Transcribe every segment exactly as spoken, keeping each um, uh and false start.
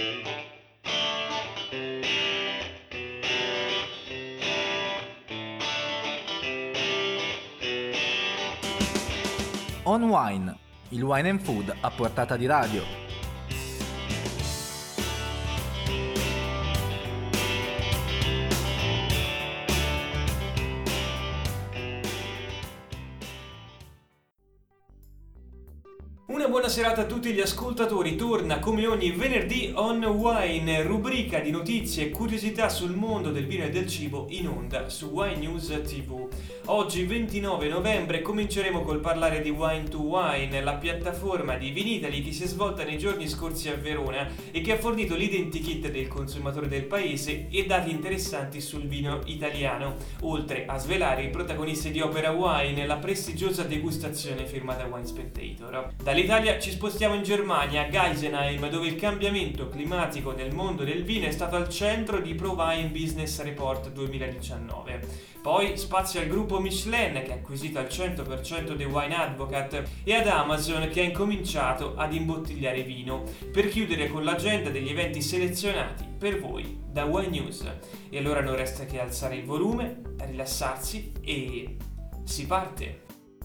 On Wine, il wine and food a portata di radio. Una buona serata a tutti gli ascoltatori, torna come ogni venerdì On Wine, rubrica di notizie e curiosità sul mondo del vino e del cibo in onda su Wine News tivù. Oggi ventinove novembre cominceremo col parlare di Wine to Wine, la piattaforma di Vinitaly che si è svolta nei giorni scorsi a Verona e che ha fornito l'identikit del consumatore del paese e dati interessanti sul vino italiano, oltre a svelare i protagonisti di Opera Wine, la prestigiosa degustazione firmata Wine Spectator. Dall'Italia ci spostiamo in Germania, a Geisenheim, dove il cambiamento climatico nel mondo del vino è stato al centro di ProWein Business Report duemiladiciannove. Poi spazio al gruppo Michelin che ha acquisito al cento per cento The Wine Advocate e ad Amazon che ha incominciato ad imbottigliare vino, per chiudere con l'agenda degli eventi selezionati per voi da Wine News. E allora non resta che alzare il volume, rilassarsi e si parte!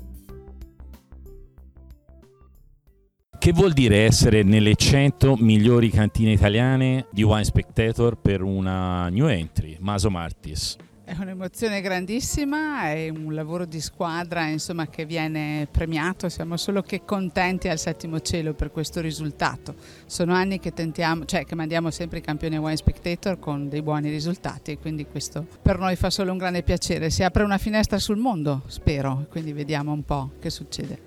Che vuol dire essere nelle cento migliori cantine italiane di Wine Spectator per una new entry, Maso Martis? È un'emozione grandissima, è un lavoro di squadra insomma, che viene premiato, siamo solo che contenti al settimo cielo per questo risultato. Sono anni che tentiamo, cioè che mandiamo sempre i campioni a Wine Spectator con dei buoni risultati e quindi questo per noi fa solo un grande piacere. Si apre una finestra sul mondo, spero, quindi vediamo un po' che succede.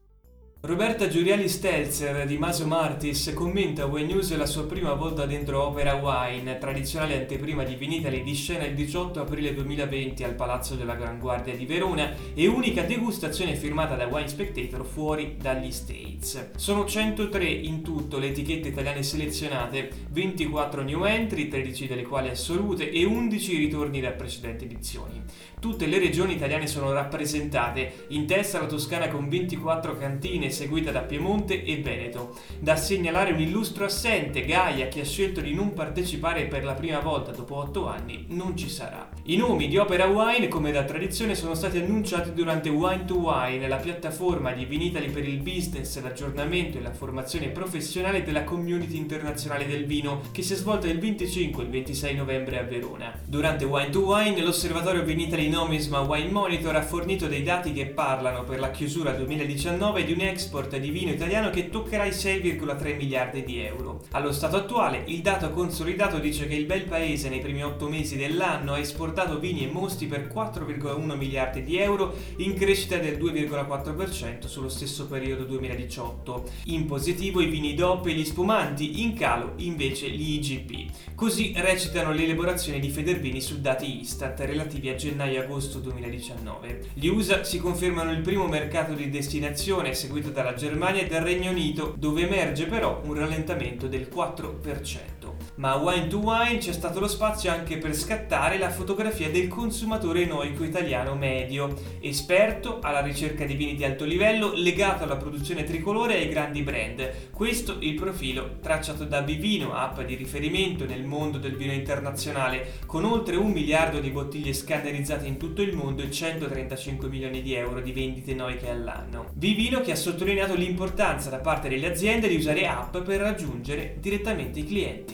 Roberta Giuriali Stelzer di Maso Martis commenta a Wine News la sua prima volta dentro Opera Wine, tradizionale anteprima di Vinitaly di scena il diciotto aprile duemilaventi al Palazzo della Gran Guardia di Verona e unica degustazione firmata da Wine Spectator fuori dagli States. Sono centotré in tutto le etichette italiane selezionate, ventiquattro new entry, tredici delle quali assolute e undici ritorni da precedenti edizioni. Tutte le regioni italiane sono rappresentate, in testa la Toscana con ventiquattro cantine, seguita da Piemonte e Veneto. Da segnalare un illustro assente, Gaia, che ha scelto di non partecipare per la prima volta dopo otto anni, non ci sarà. I nomi di Opera Wine, come da tradizione, sono stati annunciati durante Wine to Wine, la piattaforma di Vinitaly per il business, l'aggiornamento e la formazione professionale della community internazionale del vino, che si è svolta il venticinque e il ventisei novembre a Verona. Durante Wine to Wine, l'osservatorio Vinitaly Nomisma Wine Monitor ha fornito dei dati che parlano per la chiusura duemiladiciannove di un export di vino italiano che toccherà i sei virgola tre miliardi di euro. Allo stato attuale, il dato consolidato dice che il bel paese nei primi otto mesi dell'anno ha esportato vini e mosti per quattro virgola uno miliardi di euro, in crescita del due virgola quattro per cento sullo stesso periodo duemiladiciotto. In positivo i vini D O P e gli spumanti, in calo invece gli I G P. Così recitano le elaborazioni di Federvini su dati Istat relativi a gennaio agosto duemiladiciannove. Gli U S A si confermano il primo mercato di destinazione, seguito dalla Germania e dal Regno Unito, dove emerge però un rallentamento del quattro per cento. Ma a Wine to Wine c'è stato lo spazio anche per scattare la fotografia del consumatore enoico italiano medio, esperto alla ricerca di vini di alto livello, legato alla produzione tricolore e ai grandi brand. Questo il profilo tracciato da Vivino, app di riferimento nel mondo del vino internazionale, con oltre un miliardo di bottiglie scannerizzate in tutto il mondo e centotrentacinque milioni di euro di vendite enoiche all'anno. Vivino che ha sottolineato l'importanza da parte delle aziende di usare app per raggiungere direttamente i clienti.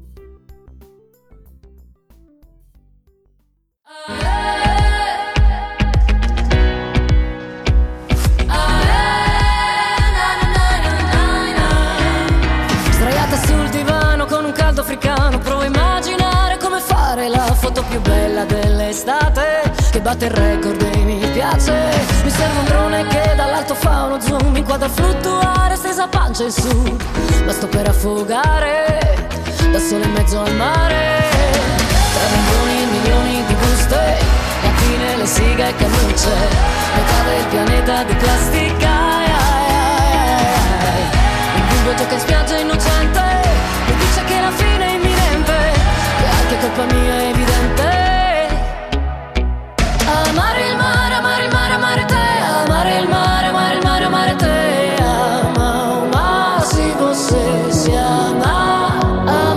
Sdraiata sul divano con un caldo africano, provo a immaginare come fare la foto più bella dell'estate, che batte il record dei mi piace. Mi serve un drone che dall'alto fa uno zoom, inquadra fluttuare stesa pancia in su, ma sto per affogare da solo in mezzo al mare. Tra milioni e milioni di buste, lattine, le siga e cannucce, metà del pianeta di plastica. Il bimbo gioca in spiaggia innocente, mi dice che la fine è imminente, e anche colpa mia è evidente. Amare il mare, amare il mare, amare te, amare il mare, amare il mare, amare te, ama, ma si fosse si ama.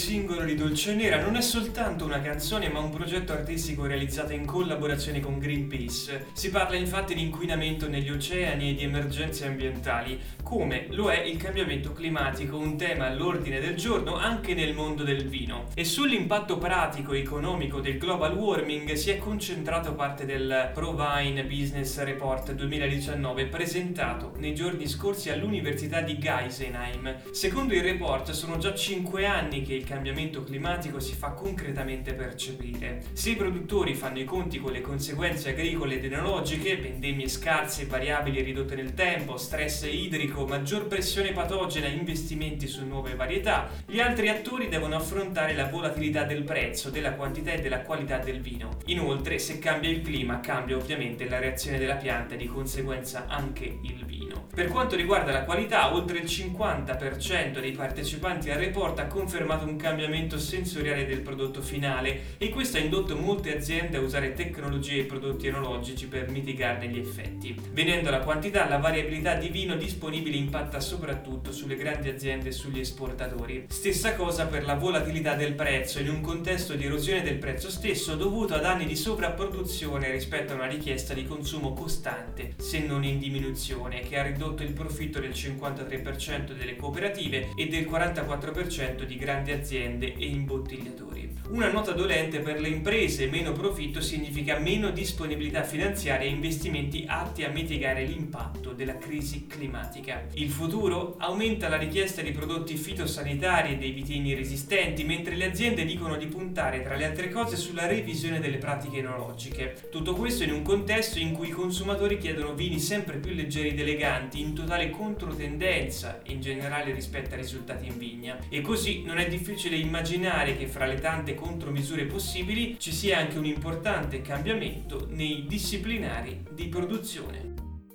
singolo di Dolce Nera non è soltanto una canzone ma un progetto artistico realizzato in collaborazione con Greenpeace. Si parla infatti di inquinamento negli oceani e di emergenze ambientali, come lo è il cambiamento climatico, un tema all'ordine del giorno anche nel mondo del vino. E sull'impatto pratico e economico del global warming si è concentrato parte del ProWein Business Report duemiladiciannove presentato nei giorni scorsi all'Università di Geisenheim. Secondo il report sono già cinque anni che il cambiamento climatico si fa concretamente percepire. Se i produttori fanno i conti con le conseguenze agricole ed enologiche, vendemmie scarse e variabili ridotte nel tempo, stress idrico, maggior pressione patogena e investimenti su nuove varietà, gli altri attori devono affrontare la volatilità del prezzo, della quantità e della qualità del vino. Inoltre, se cambia il clima, cambia ovviamente la reazione della pianta e di conseguenza anche il vino. Per quanto riguarda la qualità, oltre il cinquanta per cento dei partecipanti al report ha confermato un cambiamento sensoriale del prodotto finale e questo ha indotto molte aziende a usare tecnologie e prodotti enologici per mitigarne gli effetti. Venendo alla quantità, la variabilità di vino disponibile impatta soprattutto sulle grandi aziende e sugli esportatori. Stessa cosa per la volatilità del prezzo in un contesto di erosione del prezzo stesso dovuto ad anni di sovrapproduzione rispetto a una richiesta di consumo costante, se non in diminuzione, che ha ridotto il profitto del cinquantatré per cento delle cooperative e del quarantaquattro per cento di grandi aziende e imbottigliatori. Una nota dolente per le imprese: meno profitto significa meno disponibilità finanziaria e investimenti atti a mitigare l'impatto della crisi climatica. Il futuro? Aumenta la richiesta di prodotti fitosanitari e dei vitigni resistenti, mentre le aziende dicono di puntare tra le altre cose sulla revisione delle pratiche enologiche. Tutto questo in un contesto in cui i consumatori chiedono vini sempre più leggeri ed eleganti, in totale controtendenza in generale rispetto ai risultati in vigna. E così non è difficile immaginare che fra le tante contromisure possibili ci sia anche un importante cambiamento nei disciplinari di produzione.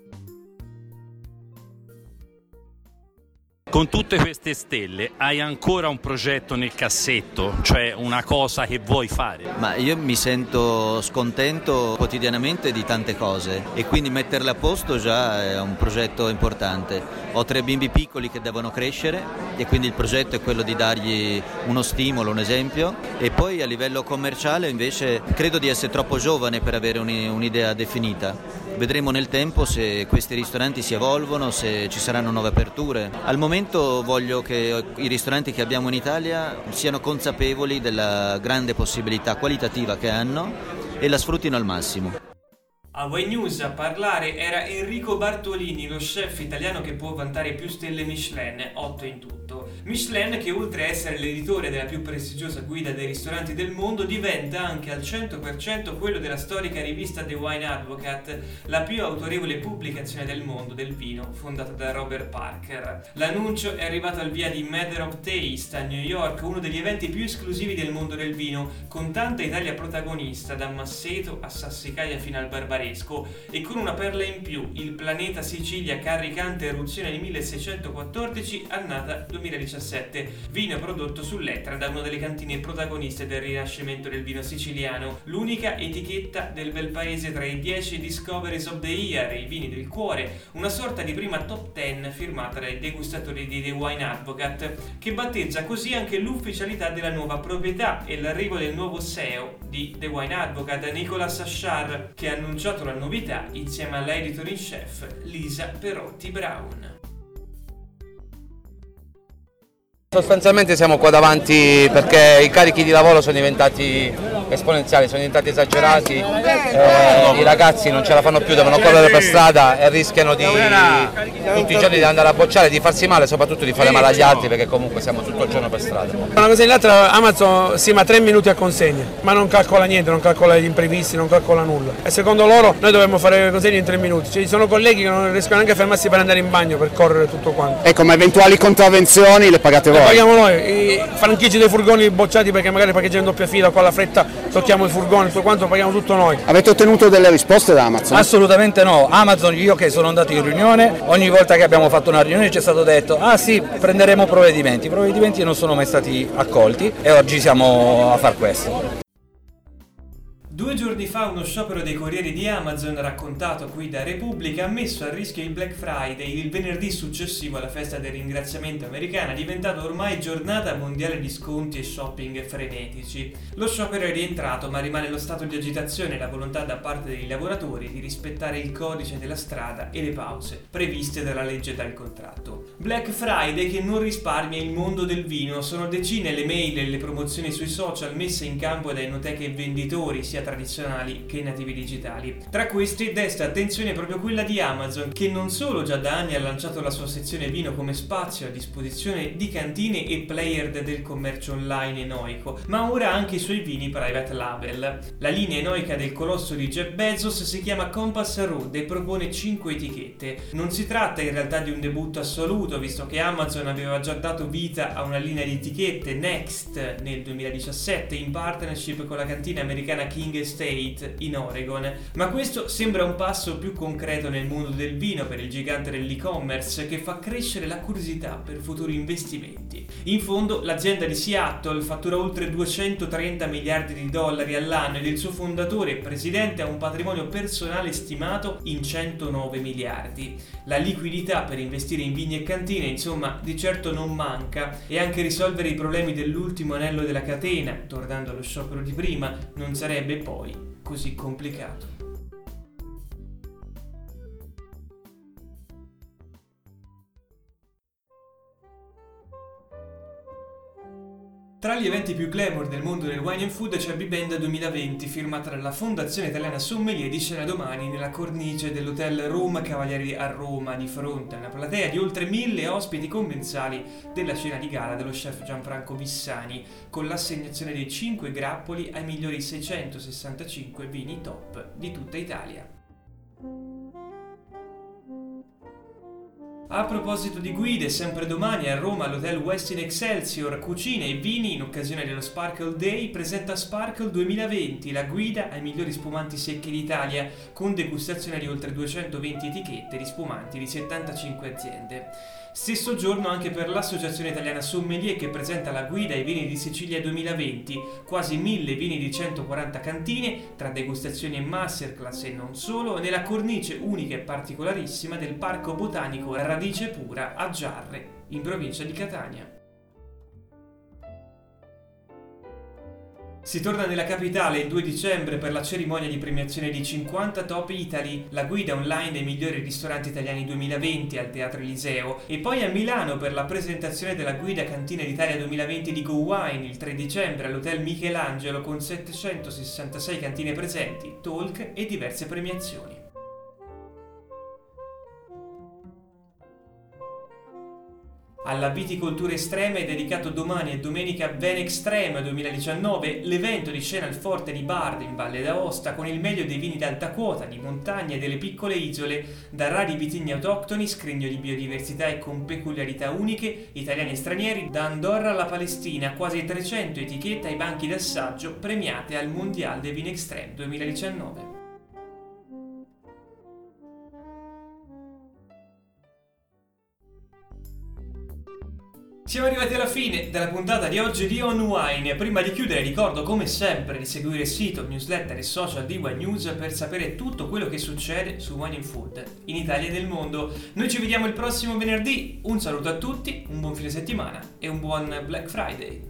Con tutte queste stelle hai ancora un progetto nel cassetto, cioè una cosa che vuoi fare? Ma io mi sento scontento quotidianamente di tante cose e quindi metterle a posto già è un progetto importante. Ho tre bimbi piccoli che devono crescere e quindi il progetto è quello di dargli uno stimolo, un esempio, e poi a livello commerciale invece credo di essere troppo giovane per avere un'idea definita. Vedremo nel tempo se questi ristoranti si evolvono, se ci saranno nuove aperture. Al momento voglio che i ristoranti che abbiamo in Italia siano consapevoli della grande possibilità qualitativa che hanno e la sfruttino al massimo. A Wine News a parlare era Enrico Bartolini, lo chef italiano che può vantare più stelle Michelin, otto in tutto. Michelin, che oltre a essere l'editore della più prestigiosa guida dei ristoranti del mondo, diventa anche al cento per cento quello della storica rivista The Wine Advocate, la più autorevole pubblicazione del mondo del vino, fondata da Robert Parker. L'annuncio è arrivato al via di Matter of Taste a New York, uno degli eventi più esclusivi del mondo del vino, con tanta Italia protagonista, da Masseto a Sassicaia fino al Barbaresco, e con una perla in più, il Planeta Sicilia Carricante Eruzione di milleseicentoquattordici, annata duemiladiciassette, vino prodotto sull'Etna da una delle cantine protagoniste del rinascimento del vino siciliano, l'unica etichetta del bel paese tra i dieci Discoveries of the Year, i vini del cuore, una sorta di prima top dieci firmata dai degustatori di The Wine Advocate, che battezza così anche l'ufficialità della nuova proprietà e l'arrivo del nuovo C E O di The Wine Advocate, Nicolas Achard, che ha annunciato la novità insieme all'editor in chef Lisa Perotti Brown. Sostanzialmente siamo qua davanti perché i carichi di lavoro sono diventati esponenziali, sono diventati esagerati, eh, i ragazzi non ce la fanno più, devono correre per strada e rischiano di tutti i giorni di andare a bocciare, di farsi male, soprattutto di fare male agli altri, perché comunque siamo tutto il giorno per strada. Una cosa dell'altra, Amazon stima tre minuti a consegna, ma non calcola niente, non calcola gli imprevisti, non calcola nulla. E secondo loro noi dovremmo fare le consegne in tre minuti. Cioè, ci sono colleghi che non riescono neanche a fermarsi per andare in bagno, per correre tutto quanto. Ecco, ma eventuali contravvenzioni le pagate voi? Le paghiamo noi, i franchigi dei furgoni bocciati perché magari parcheggiano in doppia fila, con la fretta tocchiamo i furgoni, tutto quanto paghiamo tutto noi. Avete ottenuto delle risposte da Amazon? Assolutamente no. Amazon, io che sono andato in riunione, ogni volta che abbiamo fatto una riunione ci è stato detto ah sì, prenderemo provvedimenti, i provvedimenti non sono mai stati accolti e oggi siamo a far questo. Due giorni fa uno sciopero dei corrieri di Amazon, raccontato qui da Repubblica, ha messo a rischio il Black Friday, il venerdì successivo alla festa del ringraziamento americana, diventato ormai giornata mondiale di sconti e shopping frenetici. Lo sciopero è rientrato, ma rimane lo stato di agitazione e la volontà da parte dei lavoratori di rispettare il codice della strada e le pause previste dalla legge e dal contratto. Black Friday che non risparmia il mondo del vino, sono decine le mail e le promozioni sui social messe in campo dai enoteche e venditori, sia tradizionali che nativi digitali. Tra questi desta attenzione proprio quella di Amazon, che non solo già da anni ha lanciato la sua sezione vino come spazio a disposizione di cantine e player del commercio online enoico, ma ora anche i suoi vini private label. La linea enoica del colosso di Jeff Bezos si chiama Compass Road e propone cinque etichette. Non si tratta in realtà di un debutto assoluto, visto che Amazon aveva già dato vita a una linea di etichette, Next, nel duemiladiciassette in partnership con la cantina americana King Estate in Oregon, ma questo sembra un passo più concreto nel mondo del vino per il gigante dell'e-commerce, che fa crescere la curiosità per futuri investimenti. In fondo l'azienda di Seattle fattura oltre duecentotrenta miliardi di dollari all'anno ed il suo fondatore e presidente ha un patrimonio personale stimato in centonove miliardi. La liquidità per investire in vigni e cantine, insomma, di certo non manca, e anche risolvere i problemi dell'ultimo anello della catena, tornando allo sciopero di prima, non sarebbe poi così complicato. Tra gli eventi più glamour del mondo del wine and food c'è Bibenda duemilaventi, firmata dalla Fondazione Italiana Sommelier, di scena domani nella cornice dell'hotel Roma Cavalieri a Roma, di fronte a una platea di oltre mille ospiti commensali della cena di gala dello chef Gianfranco Vissani, con l'assegnazione dei cinque grappoli ai migliori seicentosessantacinque vini top di tutta Italia. A proposito di guide, sempre domani a Roma all'Hotel Westin Excelsior, cucine e vini in occasione dello Sparkle Day, presenta Sparkle duemilaventi, la guida ai migliori spumanti secchi d'Italia, con degustazione di oltre duecentoventi etichette di spumanti di settantacinque aziende. Stesso giorno anche per l'Associazione Italiana Sommelier, che presenta la guida ai vini di Sicilia duemilaventi, quasi mille vini di centoquaranta cantine, tra degustazioni e masterclass e non solo, nella cornice unica e particolarissima del Parco Botanico Radice Pura a Giarre, in provincia di Catania. Si torna nella capitale il due dicembre per la cerimonia di premiazione di cinquanta Top Italy, la guida online dei migliori ristoranti italiani duemilaventi al Teatro Eliseo, e poi a Milano per la presentazione della guida Cantina d'Italia duemilaventi di Go Wine il tre dicembre all'Hotel Michelangelo, con settecentosessantasei cantine presenti, talk e diverse premiazioni. Alla viticoltura estrema è dedicato domani e domenica Vene Extreme duemiladiciannove, l'evento di scena al Forte di Bardi in Valle d'Aosta, con il meglio dei vini d'alta quota, di montagna e delle piccole isole, da rari vitigni autoctoni, scrigno di biodiversità e con peculiarità uniche, italiani e stranieri, da Andorra alla Palestina, quasi trecento etichette ai banchi d'assaggio premiate al Mondial dei Vini Extreme duemiladiciannove. Siamo arrivati alla fine della puntata di oggi di On Wine. Prima di chiudere ricordo come sempre di seguire il sito, newsletter e social di Wine News per sapere tutto quello che succede su Wine and Food in Italia e nel mondo. Noi ci vediamo il prossimo venerdì, un saluto a tutti, un buon fine settimana e un buon Black Friday.